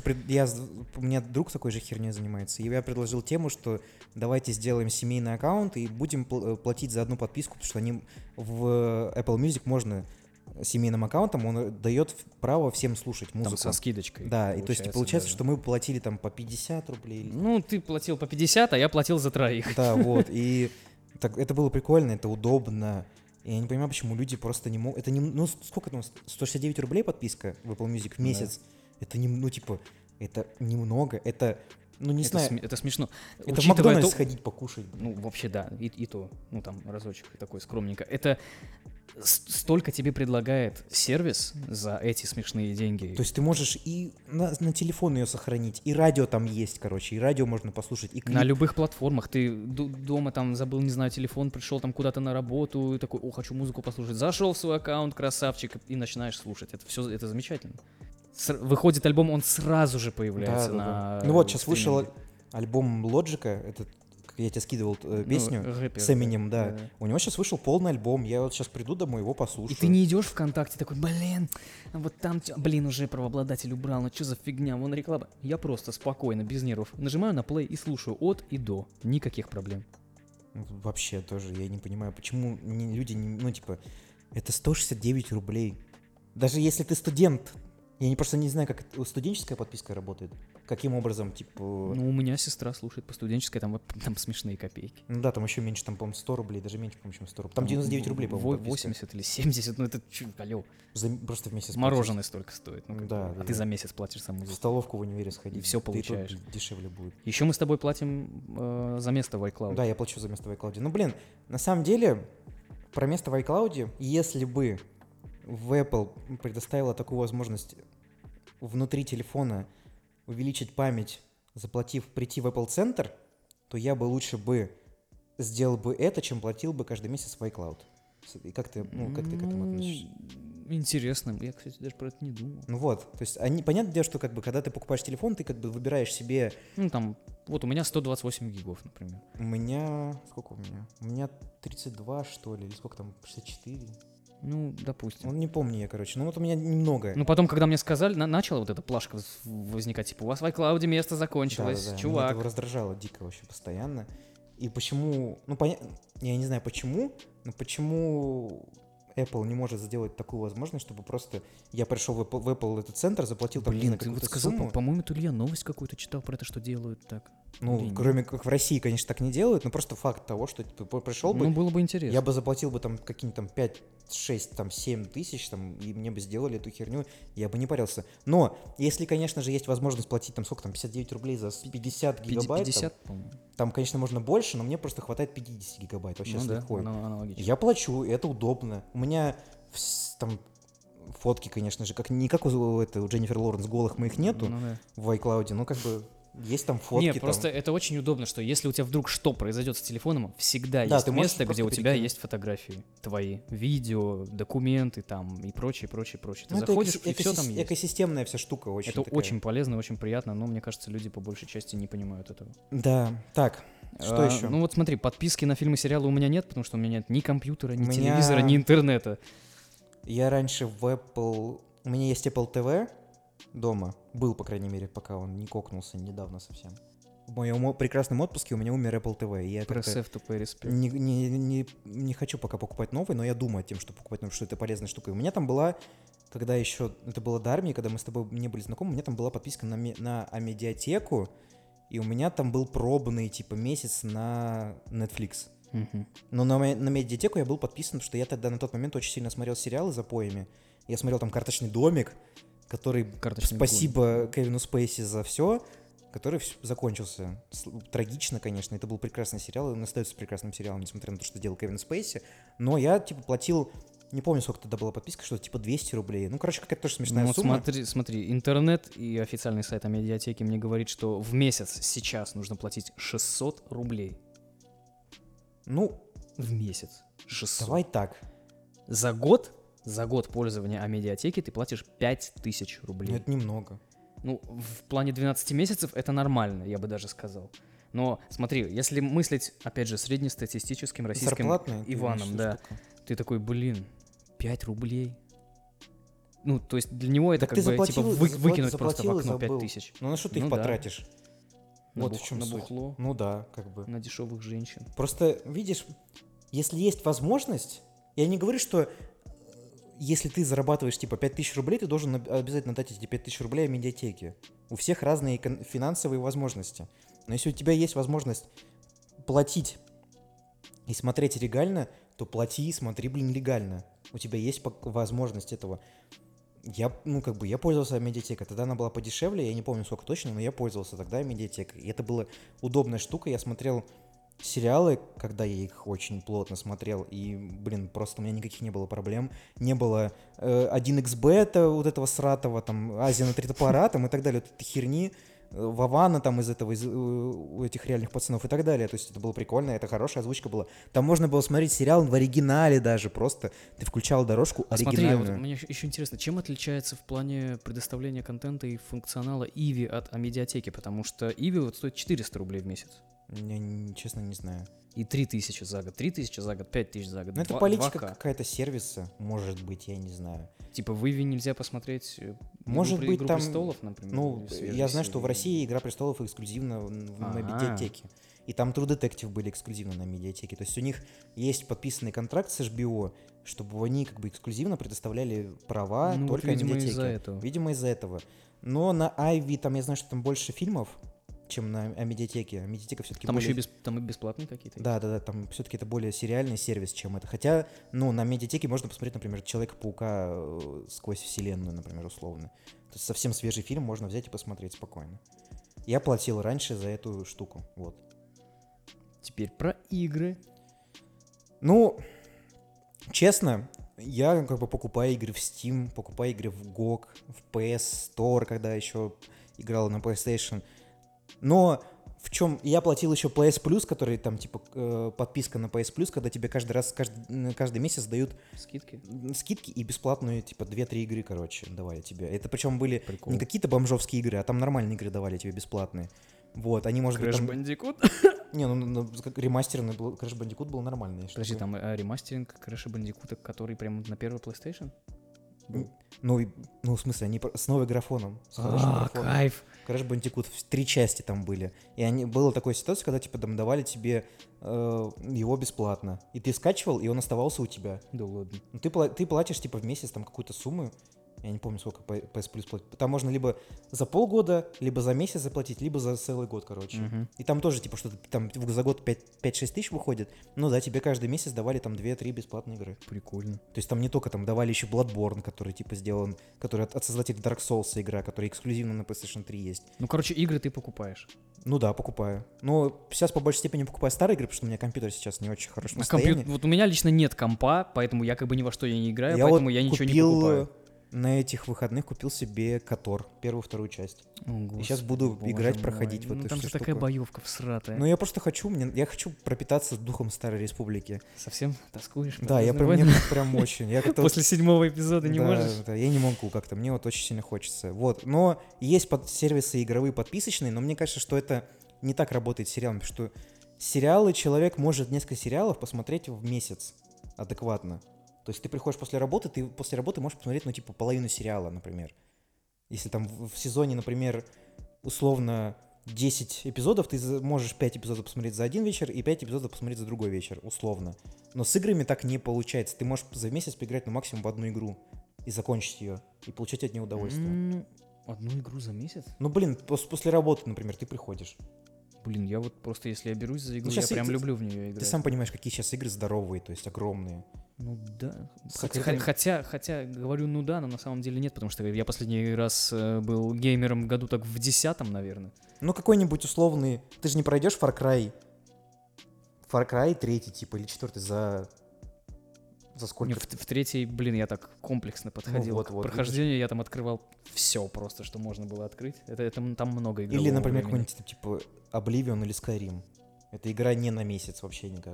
у меня друг такой же херней занимается, и я предложил тему, что давайте сделаем семейный аккаунт и будем платить за одну подписку, потому что они в Apple Music можно семейным аккаунтом, он дает право всем слушать музыку. Там со скидочкой. Да, и то есть получается, даже. что мы платили там по 50 рублей. Ну, ты платил по 50, а я платил за 3. Да, вот, и это было прикольно, это удобно. И я не понимаю, почему люди просто не могут... Это не... Ну, сколько там? 169 рублей подписка в Apple Music в месяц? Да. Это не... Ну, типа, это немного, это... Ну, не знаю. Это смешно. Это в Макдональдс сходить покушать. Ну, вообще, да, и то. Ну, там, разочек такой скромненько. Это столько тебе предлагает сервис за эти смешные деньги. То есть ты можешь и на телефон ее сохранить, и радио там есть, короче, и радио можно послушать, и клип. На любых платформах. Ты дома там забыл, не знаю, телефон, пришел там куда-то на работу, и такой, хочу музыку послушать. Зашел в свой аккаунт, красавчик, и начинаешь слушать. Это все, это замечательно. Выходит альбом, он сразу же появляется на... Ну вот, сейчас вышел альбом Лоджика, этот, как я тебе скидывал песню, рэпер, с Эминем, да. У него сейчас вышел полный альбом, я вот сейчас приду домой, его послушаю. И ты не идешь ВКонтакте такой, вот там, уже правообладатель убрал, ну что за фигня, вон реклама. Я просто спокойно, без нервов, нажимаю на плей и слушаю от и до, никаких проблем. Вообще тоже, я не понимаю, почему люди, ну типа, это 169 рублей. Даже если ты студент, я просто не знаю, как студенческая подписка работает. Каким образом, типа... Ну, у меня сестра слушает по студенческой, там смешные копейки. Ну да, там еще меньше, там, по-моему, 100 рублей, даже меньше, по-моему, чем 100 рублей. Там 99 рублей, по-моему, 80 или 70, ну это алло. Просто в месяц Мороженое столько стоит. Да, ты за месяц платишь за музыку. В столовку в универе сходить. И все получаешь. Дешевле будет. Еще мы с тобой платим за место в iCloud. Да, я плачу за место в iCloud. Ну, блин, на самом деле, про место в iCloud, если бы в Apple предоставила такую возможность внутри телефона увеличить память, прийти в Apple Center, то я бы лучше бы сделал бы это, чем платил бы каждый месяц в iCloud. И как ты к этому относишься? Интересно. Я, кстати, даже про это не думал. Ну вот, то есть, понятное дело, что как бы, когда ты покупаешь телефон, ты как бы выбираешь себе... Ну, там, вот у меня 128 гигов, например. У меня... Сколько у меня? У меня 32, что ли, или сколько там, 64? Ну, допустим. Ну, не помню я, короче. Ну, вот у меня немного. Ну, потом, когда мне сказали, начала вот эта плашка возникать, типа, у вас в iCloud место закончилось, Да-да-да, меня чувак. это раздражало дико вообще постоянно. И почему... Ну, я не знаю почему, но почему Apple не может сделать такую возможность, чтобы просто я пришел в Apple этот центр, заплатил там Блин, ты какую-то вот сказал, сумму. по-моему, то ли я новость какую-то читал про это, что делают так. Ну, Или нет? кроме как в России, конечно, так не делают, но просто факт того, что ты пришел бы, Ну, было бы интересно. я бы заплатил бы там какие-нибудь там 5, 6, там 7 тысяч, там, и мне бы сделали эту херню, я бы не парился. Но, если, конечно же, есть возможность платить там сколько там, 59 рублей за 50 гигабайт, 50, по-моему. там, конечно, можно больше, но мне просто хватает 50 гигабайт вообще Ну с да, легкой. аналогично. Я плачу, и это удобно. У меня там фотки, конечно же, не как у Дженнифер Лоуренс голых моих нету Ну да. в iCloud, ну как бы есть там фотки. Не, там. просто это очень удобно, что если у тебя вдруг что произойдет с телефоном, всегда Да, есть ты можешь место, где просто у тебя перекинуть. есть фотографии твои, видео, документы там и прочее, прочее, прочее. Ты Ну, это заходишь, и все там есть. экосистемная вся штука очень Это такая. очень полезно, очень приятно, но мне кажется, люди по большей части не понимают этого. Да, так, что еще? Ну вот смотри, подписки на фильмы, сериалы у меня нет, потому что у меня нет ни компьютера, ни У меня- телевизора, ни интернета. Я раньше в Apple... У меня есть Apple TV дома. Был, по крайней мере, пока он не кокнулся недавно совсем. В моем прекрасном отпуске у меня умер Apple TV. И я Press как-то F to pay respect. не хочу пока покупать новый, но я думаю о том, что покупать новый, что это полезная штука. И у меня там была, когда еще... Это было до армии, когда мы с тобой не были знакомы, у меня там была подписка на Амедиатеку, и у меня там был пробный, типа, месяц на Netflix. Мгм. Но на Медиатеку я был подписан, потому что я тогда на тот момент очень сильно смотрел сериалы за поями. Я смотрел там «Карточный домик», который, Карточный спасибо Кевину Спейси за все, который закончился. Трагично, конечно, это был прекрасный сериал, и он остается прекрасным сериалом, несмотря на то, что делал Кевин Спейси. Но я, типа, платил, не помню, сколько тогда была подписка, что-то типа 200 рублей. Ну, короче, какая-то тоже смешная Ну вот сумма. смотри, интернет и официальный сайт Амедиатеки мне говорит, что в месяц сейчас нужно платить 600 рублей. Ну, В месяц. 600. давай так. За год пользования Амедиатеки ты платишь 5000 Ну, рублей. это немного. Ну, в плане 12 месяцев это нормально, я бы даже сказал. Но смотри, если мыслить, опять же, среднестатистическим российским Зарплатная, ты Иваном, имеешь да, штука. ты такой, блин, 5 рублей. Ну, то есть для него это Так как ты бы, типа, заплатил- выкинуть просто в заплатил и окно забыл. 5000. Ну, на что ты Ну их да. потратишь? На Вот бух- в чем на суть. бухло. Ну да, как бы. На дешевых женщин. Просто, видишь, если есть возможность, я не говорю, что если ты зарабатываешь типа 5000 рублей, ты должен обязательно дать эти 5000 рублей медиатеке. У всех разные финансовые возможности. Но если у тебя есть возможность платить и смотреть легально, то плати и смотри, блин, легально. У тебя есть возможность этого. Я пользовался медиатекой. Тогда она была подешевле, я не помню сколько точно, но я пользовался тогда медиатекой. И это была удобная штука. Я смотрел сериалы, когда я их очень плотно смотрел, и, блин, просто у меня никаких не было проблем. Не было 1xbet, вот этого сратого, там, Азия на 3 топора, там, и так далее, вот этой херни. Вована там из у этих реальных пацанов и так далее. То есть это было прикольно, это хорошая озвучка была. Там можно было смотреть сериал в оригинале даже, просто ты включал дорожку Смотри, вот оригинальную. мне еще интересно, чем отличается в плане предоставления контента и функционала Иви от Амедиатеки? Потому что Иви вот стоит 400 рублей в месяц. Я, честно, не знаю. И 3000 за год, 3000 за год, 5000 за год. Ну, это 2- политика 2К. какая-то сервиса, может быть, я не знаю. Типа в Иви нельзя посмотреть Может быть, «Игру там, престолов», например? Ну, или свежие я знаю, что в серии? России «Игра престолов» эксклюзивно на А. медиатеке. И там True Detective были эксклюзивно на медиатеке. То есть у них есть подписанный контракт с HBO, чтобы они как бы эксклюзивно предоставляли права Ну, вот, только видимо, медиатеке. из-за этого. Видимо, из-за этого. Но на Ivy там я знаю, что там больше фильмов, чем на медиатеке. Медиатека все-таки Там более... еще там и бесплатные какие-то. Да, там все-таки это более сериальный сервис, чем это. Хотя, ну, на медиатеке можно посмотреть, например, Человека-паука сквозь вселенную, например, условно. То есть совсем свежий фильм можно взять и посмотреть спокойно. Я платил раньше за эту штуку, вот. Теперь про игры. Ну, честно, я как бы покупаю игры в Steam, покупаю игры в GOG, в PS Store, когда еще играл на PlayStation. Но в чем я платил еще PS Plus, который там типа подписка на PS Plus, когда тебе каждый месяц дают Скидки? скидки и бесплатные типа 2-3 игры, короче, давали тебе. Это причем были Прикол. не какие-то бомжовские игры, а там нормальные игры давали тебе бесплатные. Вот, они, может быть, Crash там... Bandicoot? Не, ну как ремастерный был, Crash Bandicoot был нормальный. Подожди, чтобы- там ремастеринг Crash Bandicoot, который прям на первый PlayStation? Ну, в смысле, они с новым графоном. С хорошим графоном. Кайф! Crash Bandicoot, 3 части там были. И была такая ситуация, когда типа там давали тебе его бесплатно. И ты скачивал, и он оставался у тебя. Да ладно. Ну, ты платишь типа в месяц там какую-то сумму. Я не помню, сколько PS Plus платить. Там можно либо за полгода, либо за месяц заплатить, либо за целый год, короче. Мгм. И там тоже типа что-то там за год 5-6 тысяч выходит. Ну да, тебе каждый месяц давали там 2-3 бесплатные игры. Прикольно. То есть там не только там давали еще Bloodborne, который типа сделан, который от создателей Dark Souls игра, которая эксклюзивно на PlayStation 3 есть. Ну, короче, игры ты покупаешь. Ну да, покупаю. Но сейчас по большей степени покупаю старые игры, потому что у меня компьютер сейчас не очень хорошем А состоянии. Вот у меня лично нет компа, поэтому я как бы ни во что я не играю, Я поэтому вот я ничего не купил покупаю. на этих выходных купил себе Котор, первую-вторую часть. И сейчас буду играть, проходить в Ну эту там всю же такая штуку. боевка всратая. Ну я просто хочу, я хочу пропитаться духом Старой Республики. Совсем тоскуешь? по Да, я «Звездным прям, мне войнам»? прям очень. Я как-то После 7-го эпизода не да, можешь? да, я не могу как-то, мне вот очень сильно хочется. Вот, но есть сервисы игровые подписочные, но мне кажется, что это не так работает с сериалами, потому что сериалы человек может несколько сериалов посмотреть в месяц адекватно. То есть ты приходишь после работы, ты после работы можешь посмотреть, ну, типа, половину сериала, например. Если там в сезоне, например, условно 10 эпизодов, ты можешь 5 эпизодов посмотреть за один вечер и 5 эпизодов посмотреть за другой вечер, условно. Но с играми так не получается. Ты можешь за месяц поиграть, ну, максимум в одну игру и закончить ее, и получать от нее удовольствие. Одну игру за месяц? Ну, блин, после работы, например, ты приходишь. Блин, я вот просто, если я берусь за игру, я щас прям ты- люблю в нее играть. Ты сам понимаешь, какие сейчас игры здоровые, то есть огромные. Ну да. С Хотя, открытым- хотя говорю, ну да, но на самом деле нет, потому что я последний раз был геймером году так в 10-м, наверное. Ну, какой-нибудь условный... Ты же не пройдешь Far Cry 3, типа, или 4 за сколько? Не, в третьей, блин, я так комплексно подходил вот, к вот, прохождению, я там открывал все просто, что можно было открыть. Там много игрового Или, например, времени. какой-нибудь, типа, Oblivion или Skyrim. Эта игра не на месяц вообще никак.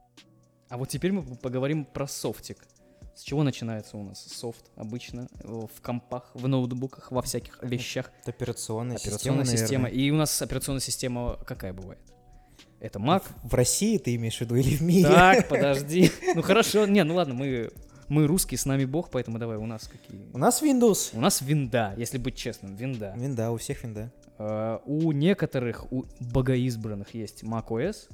А вот теперь мы поговорим про софтик. С чего начинается у нас софт обычно в компах, в ноутбуках, во всяких вещах? Это операционная Операционная система, система. наверное. И у нас операционная система какая бывает? Это Mac. В России ты имеешь в виду или в мире? Так, подожди. Ну хорошо, не, ну ладно, мы русские, с нами бог, поэтому давай, у нас какие? У нас Windows. У нас винда, если быть честным, винда. Винда, у всех винда. У некоторых, у богоизбранных есть macOS,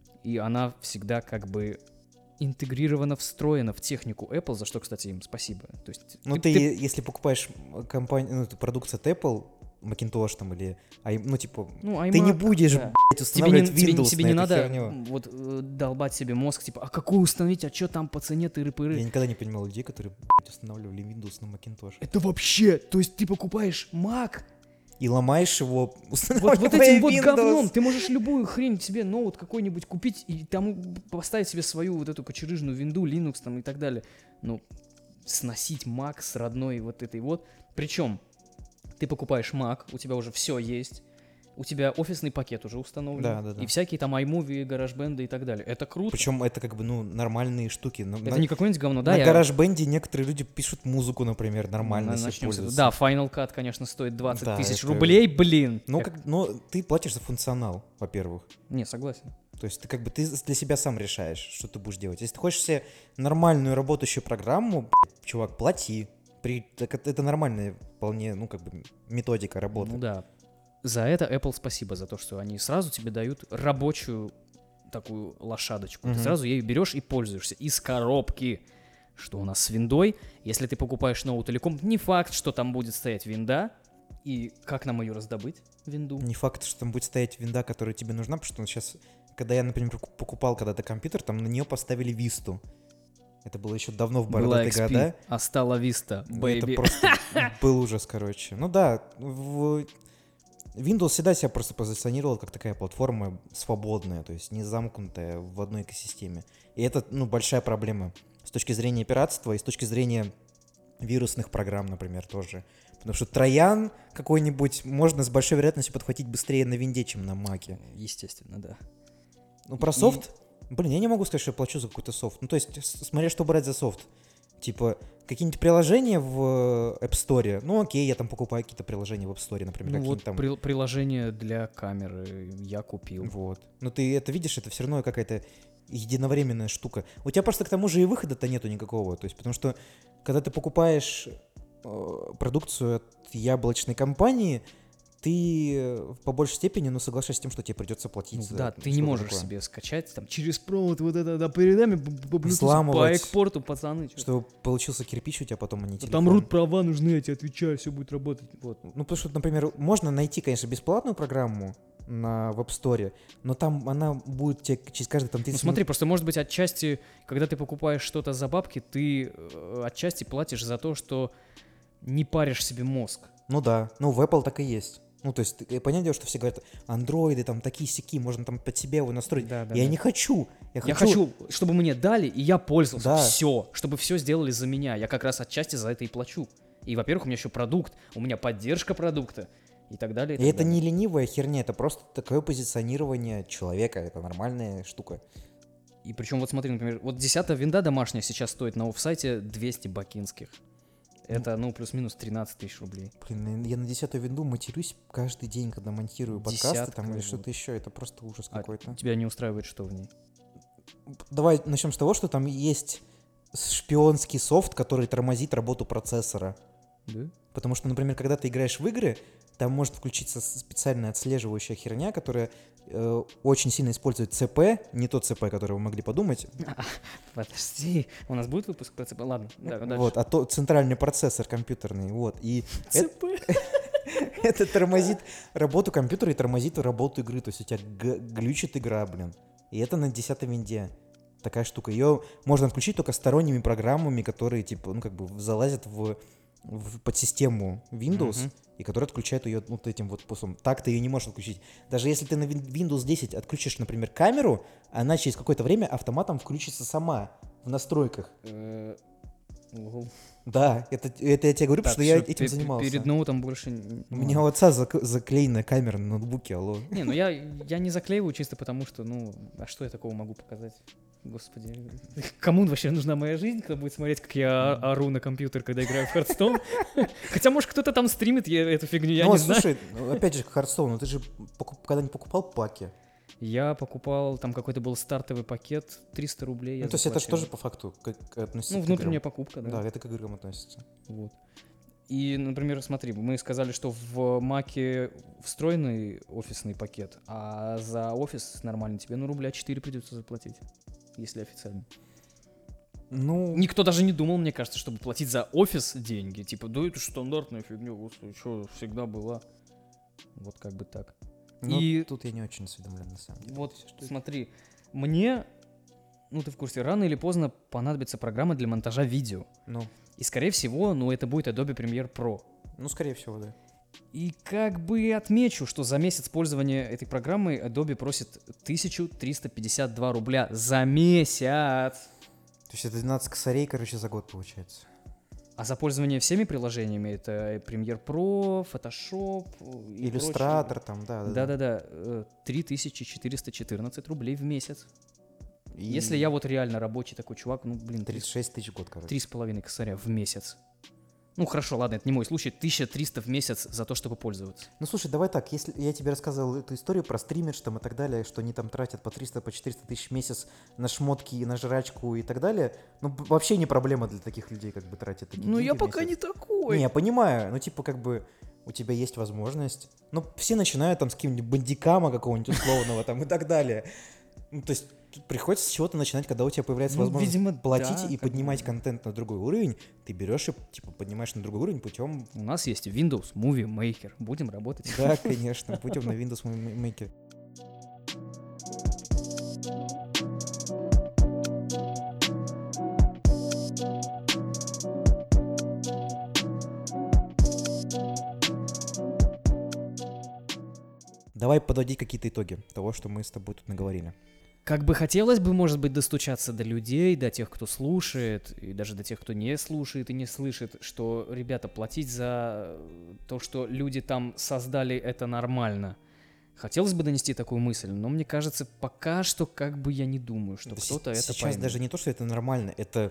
и она всегда как бы интегрирована, встроена в технику Apple, за что, кстати, им спасибо. То есть Ну, ты, если покупаешь продукцию от Apple, Macintosh там или... ну, типа, ну, ты не iMac, будешь, да. блядь, устанавливать Windows тебе на не эту надо херню. долбать себе мозг, типа, а какую установить, а что там по цене, Я тыры-пыры. никогда не понимал людей, которые, блядь, устанавливали Windows на Macintosh. Это вообще, то есть ты покупаешь Mac, И ломаешь его, вот устанавливая этим вот Windows. говном, ты можешь любую хрень себе, ноут какой-нибудь купить и там поставить себе свою вот эту кочерыжную винду, Linux там и так далее. Ну, сносить Mac с родной вот этой вот. Причем ты покупаешь Mac, у тебя уже все есть, у тебя офисный пакет уже установлен, Да. и всякие там iMovie, GarageBand и так далее. Это круто. Причем это как бы, ну, нормальные штуки. Это не какое-нибудь говно, да? на я- GarageBand некоторые люди пишут музыку, например, нормально себе Начнем с этого. пользуются. Да, Final Cut, конечно, стоит 20 Да, тысяч это- рублей, блин. Но ты платишь за функционал, во-первых. Не, согласен. То есть ты ты для себя сам решаешь, что ты будешь делать. Если ты хочешь себе нормальную работающую программу, блядь, чувак, плати. Так это нормальная вполне, ну, как бы, методика работы. Ну да. За это Apple спасибо, за то, что они сразу тебе дают рабочую такую лошадочку. Ты Мгм. сразу ею берешь и пользуешься. Из коробки. Что у нас с виндой? Если ты покупаешь ноут или комп, не факт, что там будет стоять винда. И как нам ее раздобыть, винду? Не факт, что там будет стоять винда, которая тебе нужна, потому что сейчас, когда я, например, покупал когда-то компьютер, там на нее поставили висту. Это было еще давно в Была бородатые XP, года. Астала Виста, Это бэйби. просто был ужас, короче. Ну да, Windows всегда себя просто позиционировал как такая платформа свободная, то есть не замкнутая в одной экосистеме. И это, ну, большая проблема с точки зрения пиратства и с точки зрения вирусных программ, например, тоже. Потому что Троян какой-нибудь можно с большой вероятностью подхватить быстрее на винде, чем на маке. Естественно, да. Ну, про софт, блин, я не могу сказать, что я плачу за какой-то софт. Ну, то есть, смотря что брать за софт. Типа, какие-нибудь приложения в App Store, ну, окей, я там покупаю какие-то приложения в App Store, например, Ну какие-нибудь вот там... приложение для камеры я купил. Вот. Но ты это видишь, это все равно какая-то единовременная штука. У тебя просто к тому же и выхода-то нету никакого. То есть, потому что, когда ты покупаешь продукцию от яблочной компании, ты по большей степени, ну, соглашаешься с тем, что тебе придется платить Ну, за да, ты не что-то можешь такое. себе скачать там через провод вот это, да, передами по Bluetooth, по Взламывать. экспорту, пацаны. чё. Чтобы получился кирпич у тебя потом, а не Да телефон. там рут права нужны, я тебе отвечаю, все будет работать. Вот. Ну, потому что, например, можно найти, конечно, бесплатную программу в App Store, но там она будет тебе через каждый там 30 Ну смотри, минут... просто может быть отчасти, когда ты покупаешь что-то за бабки, ты отчасти платишь за то, что не паришь себе мозг. Ну да, ну в Apple так и есть. Ну, то есть, понятное дело, что все говорят, андроиды там такие-сяки, можно там под себя его настроить. Да, да, Я да. не хочу. Я хочу, чтобы мне дали, и я пользовался. Да. Все, чтобы все сделали за меня. Я как раз отчасти за это и плачу. И, во-первых, у меня еще продукт, у меня поддержка продукта и так далее. И это не ленивая херня, это просто такое позиционирование человека, это нормальная штука. И причем, вот смотри, например, вот 10-я винда домашняя сейчас стоит на офсайте 200 бакинских. Это, ну, плюс-минус 13 тысяч рублей. Блин, я на 10-ю винду матерюсь каждый день, когда монтирую подкасты Десятка, там или вот. что-то еще, это просто ужас А какой-то. тебя не устраивает что в ней? Давай начнем с того, что там есть шпионский софт, который тормозит работу процессора. Да? Потому что, например, когда ты играешь в игры, там может включиться специальная отслеживающая херня, которая очень сильно использует ЦП, не тот ЦП, который вы могли подумать, Подожди, у нас будет выпуск про ЦП? Ладно, да, дальше. вот, а то центральный процессор компьютерный, вот, и ЦП. это тормозит работу компьютера и тормозит работу игры, то есть у тебя глючит игра, блин, и это на 10-й винде. Такая штука. Ее можно отключить только сторонними программами, которые, типа, ну, как бы залазят в подсистему Windows, Мгм. и которые отключают ее вот этим вот способом. Так ты ее не можешь отключить. Даже если ты на Windows 10 отключишь, например, камеру, она через какое-то время автоматом включится сама в настройках. Угу. Да, это я тебе говорю, потому что я этим занимался. Перед ноутом больше... У меня у отца заклеенная камера на ноутбуке, алло. Не, ну я не заклеиваю чисто потому, что, ну, а что я такого могу показать? Господи, кому вообще нужна моя жизнь, кто будет смотреть, как я ору на компьютер, когда играю в Hearthstone? Хотя, может, кто-то там стримит эту фигню, я Ну, не знаю. слушай, опять же, Hearthstone, ну ты же когда-нибудь покупал паки? Я покупал, там какой-то был стартовый пакет, 300 рублей. Ну, я то есть это же заплатил. тоже по факту относится Ну, к внутренняя играм. покупка, да. Да, это к играм относится. Вот. И, например, смотри, мы сказали, что в Маке встроенный офисный пакет, а за офис нормально тебе, ну, рубля 4 придется заплатить, если официально. Ну, Никто даже не думал, мне кажется, чтобы платить за офис деньги. Типа, да это ж стандартная фигня, господи, что, всегда была. Вот как бы так. ну, и- тут я не очень осведомлен, на самом деле. Вот, Что это? смотри, мне, ну ты в курсе, рано или поздно понадобится программа для монтажа видео. Ну, И, скорее всего, ну это будет Adobe Premiere Pro. ну, скорее всего, да. И как бы отмечу, что за месяц пользования этой программой Adobe просит 1352 рубля за месяц. То есть это 12 косарей, короче, за год получается. А за пользование всеми приложениями, это Premiere Pro, Photoshop, и Иллюстратор там, да. прочее. Да-да-да, 3414 рублей в месяц. И Если я вот реально рабочий такой чувак, ну, блин, 36 тысяч в год, короче. 3,5 косаря в месяц. Ну, хорошо, ладно, это не мой случай, 1300 в месяц за то, чтобы пользоваться. Ну, слушай, давай так, если я тебе рассказывал эту историю про стримерш там и так далее, что они там тратят по 300, по 400 тысяч в месяц на шмотки, на жрачку и так далее, ну, вообще не проблема для таких людей, как бы, тратить такие Ну, деньги я в пока месяц. не такой. Не, я понимаю, ну, типа, как бы, у тебя есть возможность. Ну, все начинают там с каким-нибудь бандикама какого-нибудь условного там и так далее. Ну, то есть тут приходится с чего-то начинать, когда у тебя появляется Ну, возможность видимо, платить да, и как поднимать бы. контент на другой уровень, ты берешь и, типа, поднимаешь на другой уровень путем... У нас есть Windows Movie Maker. Будем работать. Да, конечно, путем на Windows Maker. Давай подводить какие-то итоги того, что мы с тобой тут наговорили. как бы хотелось бы, может быть, достучаться до людей, до тех, кто слушает, и даже до тех, кто не слушает и не слышит, что, ребята, платить за то, что люди там создали, это нормально. Хотелось бы донести такую мысль, но мне кажется, пока что как бы я не думаю, что Да кто-то это сейчас поймет. даже не то, что это нормально, это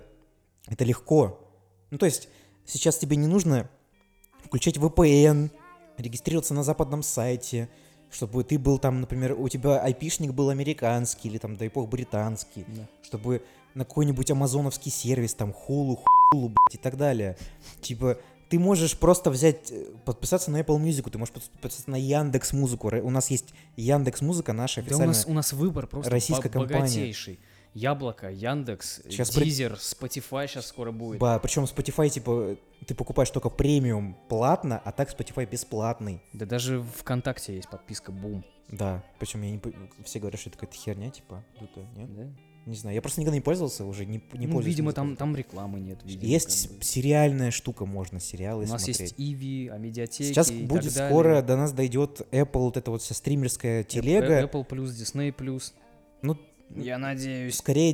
легко. Ну, то есть сейчас тебе не нужно включать VPN, регистрироваться на западном сайте, чтобы ты был там, например, у тебя айпишник был американский или там, дай бог, британский, Да. чтобы на какой-нибудь амазоновский сервис, там, хулу, и так далее. Типа, ты можешь просто взять, подписаться на Apple Music, ты можешь подписаться на Яндекс.Музыку. У нас есть Яндекс.Музыка, наша Да официальная. у нас выбор просто российская компания. богатейший. Яблоко, Яндекс, Сейчас Дизер, Spotify сейчас скоро будет. Причем Spotify, типа, ты покупаешь только премиум платно, а так Spotify бесплатный. Да даже ВКонтакте есть подписка, бум. Да, причем все говорят, что это какая-то херня, типа, дутая, нет? Да? Не знаю, я просто никогда не пользовался, уже не Ну, пользуюсь. видимо, музыкой. там рекламы нет. Видимо, Есть как бы. сериальная штука, можно сериалы У нас смотреть. есть Иви, Амедиатеки Сейчас и будет так далее. скоро, до нас дойдет Apple, вот эта вот вся стримерская телега. Apple+, Disney+. Ну, Я надеюсь. скорее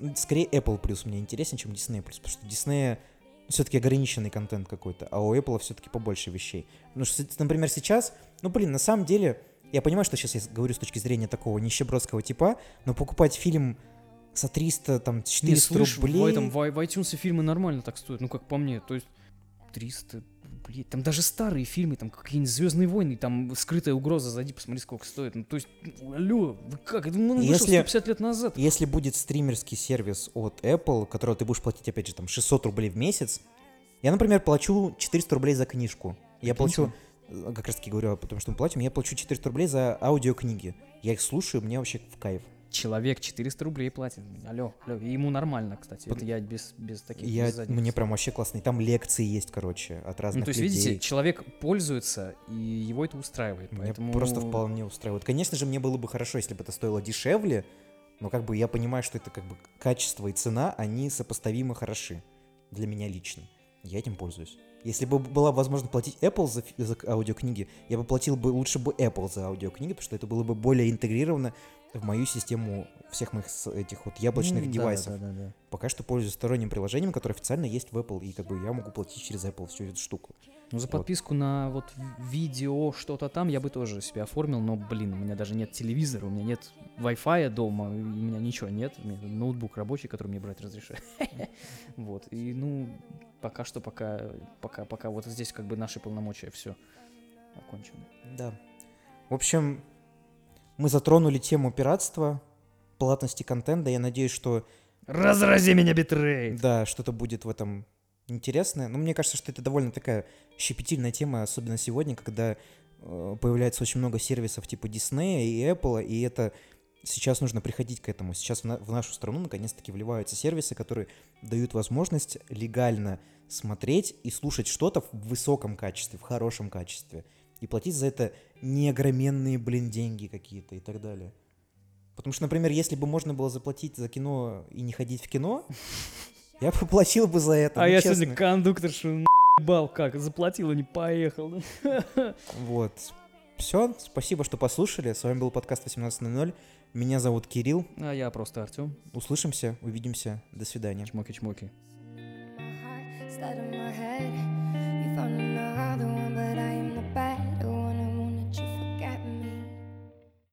Apple Plus мне интереснее, чем Disney Plus, потому что Disney все-таки ограниченный контент какой-то, а у Apple все-таки побольше вещей. Потому что, например, сейчас, на самом деле, я понимаю, что сейчас я говорю с точки зрения такого нищебродского типа, но покупать фильм за 300, там, 400 Не, слышь, рублей... в iTunes фильмы нормально так стоят, ну, как по мне, то есть 300 рублей. Там даже старые фильмы, там какие-нибудь «Звездные войны», там «Скрытая угроза», зайди, посмотри, сколько стоит. Ну, то есть, алло, вы как? Это вышел Если- 150 лет назад. Если будет стримерский сервис от Apple, которого ты будешь платить, опять же, там, 600 рублей в месяц, я, например, плачу 400 рублей за книжку. Я плачу, как раз таки говорю, потому что мы платим, я плачу 400 рублей за аудиокниги. Я их слушаю, мне вообще в кайф. Человек 400 рублей платит. Алло. И ему нормально, кстати. Под- Это я без таких без задних Мне слов. прям вообще классно. И там лекции есть, короче, от разных Ну, то есть, людей. видите, человек пользуется, и его это устраивает. Меня Поэтому... просто вполне устраивает. Конечно же, мне было бы хорошо, если бы это стоило дешевле, но как бы я понимаю, что это как бы качество и цена, они сопоставимо хороши для меня лично. Я этим пользуюсь. Если бы была возможность платить Apple за аудиокниги, я бы платил бы лучше бы Apple за аудиокниги, потому что это было бы более интегрировано в мою систему всех моих этих вот яблочных девайсов. Да. Пока что пользуюсь сторонним приложением, которое официально есть в Apple, и как бы я могу платить через Apple всю эту штуку. Ну, за Вот. подписку на вот видео что-то там я бы тоже себе оформил, но, блин, у меня даже нет телевизора, у меня нет Wi-Fi дома, у меня ничего нет, у меня ноутбук рабочий, который мне брать разрешает. Вот, и, ну, пока что, пока вот здесь как бы наши полномочия все окончены. Да. В общем, мы затронули тему пиратства, платности контента. Я надеюсь, что Разрази меня, битрейт! да, что-то будет в этом интересное. Но мне кажется, что это довольно такая щепетильная тема, особенно сегодня, когда появляется очень много сервисов типа Disney и Apple, и это сейчас нужно приходить к этому. Сейчас в нашу страну наконец-таки вливаются сервисы, которые дают возможность легально смотреть и слушать что-то в высоком качестве, в хорошем качестве. И платить за это не огроменные, деньги какие-то и так далее. Потому что, например, если бы можно было заплатить за кино и не ходить в кино, я бы платил бы за это. А ну, я честно. сегодня кондукторшу бал как, заплатил и не поехал. Вот. Все, спасибо, что послушали. С вами был подкаст 18:00. Меня зовут Кирилл. А я просто Артем. Услышимся, увидимся. До свидания. Чмоки-чмоки. Instead of my head, you found another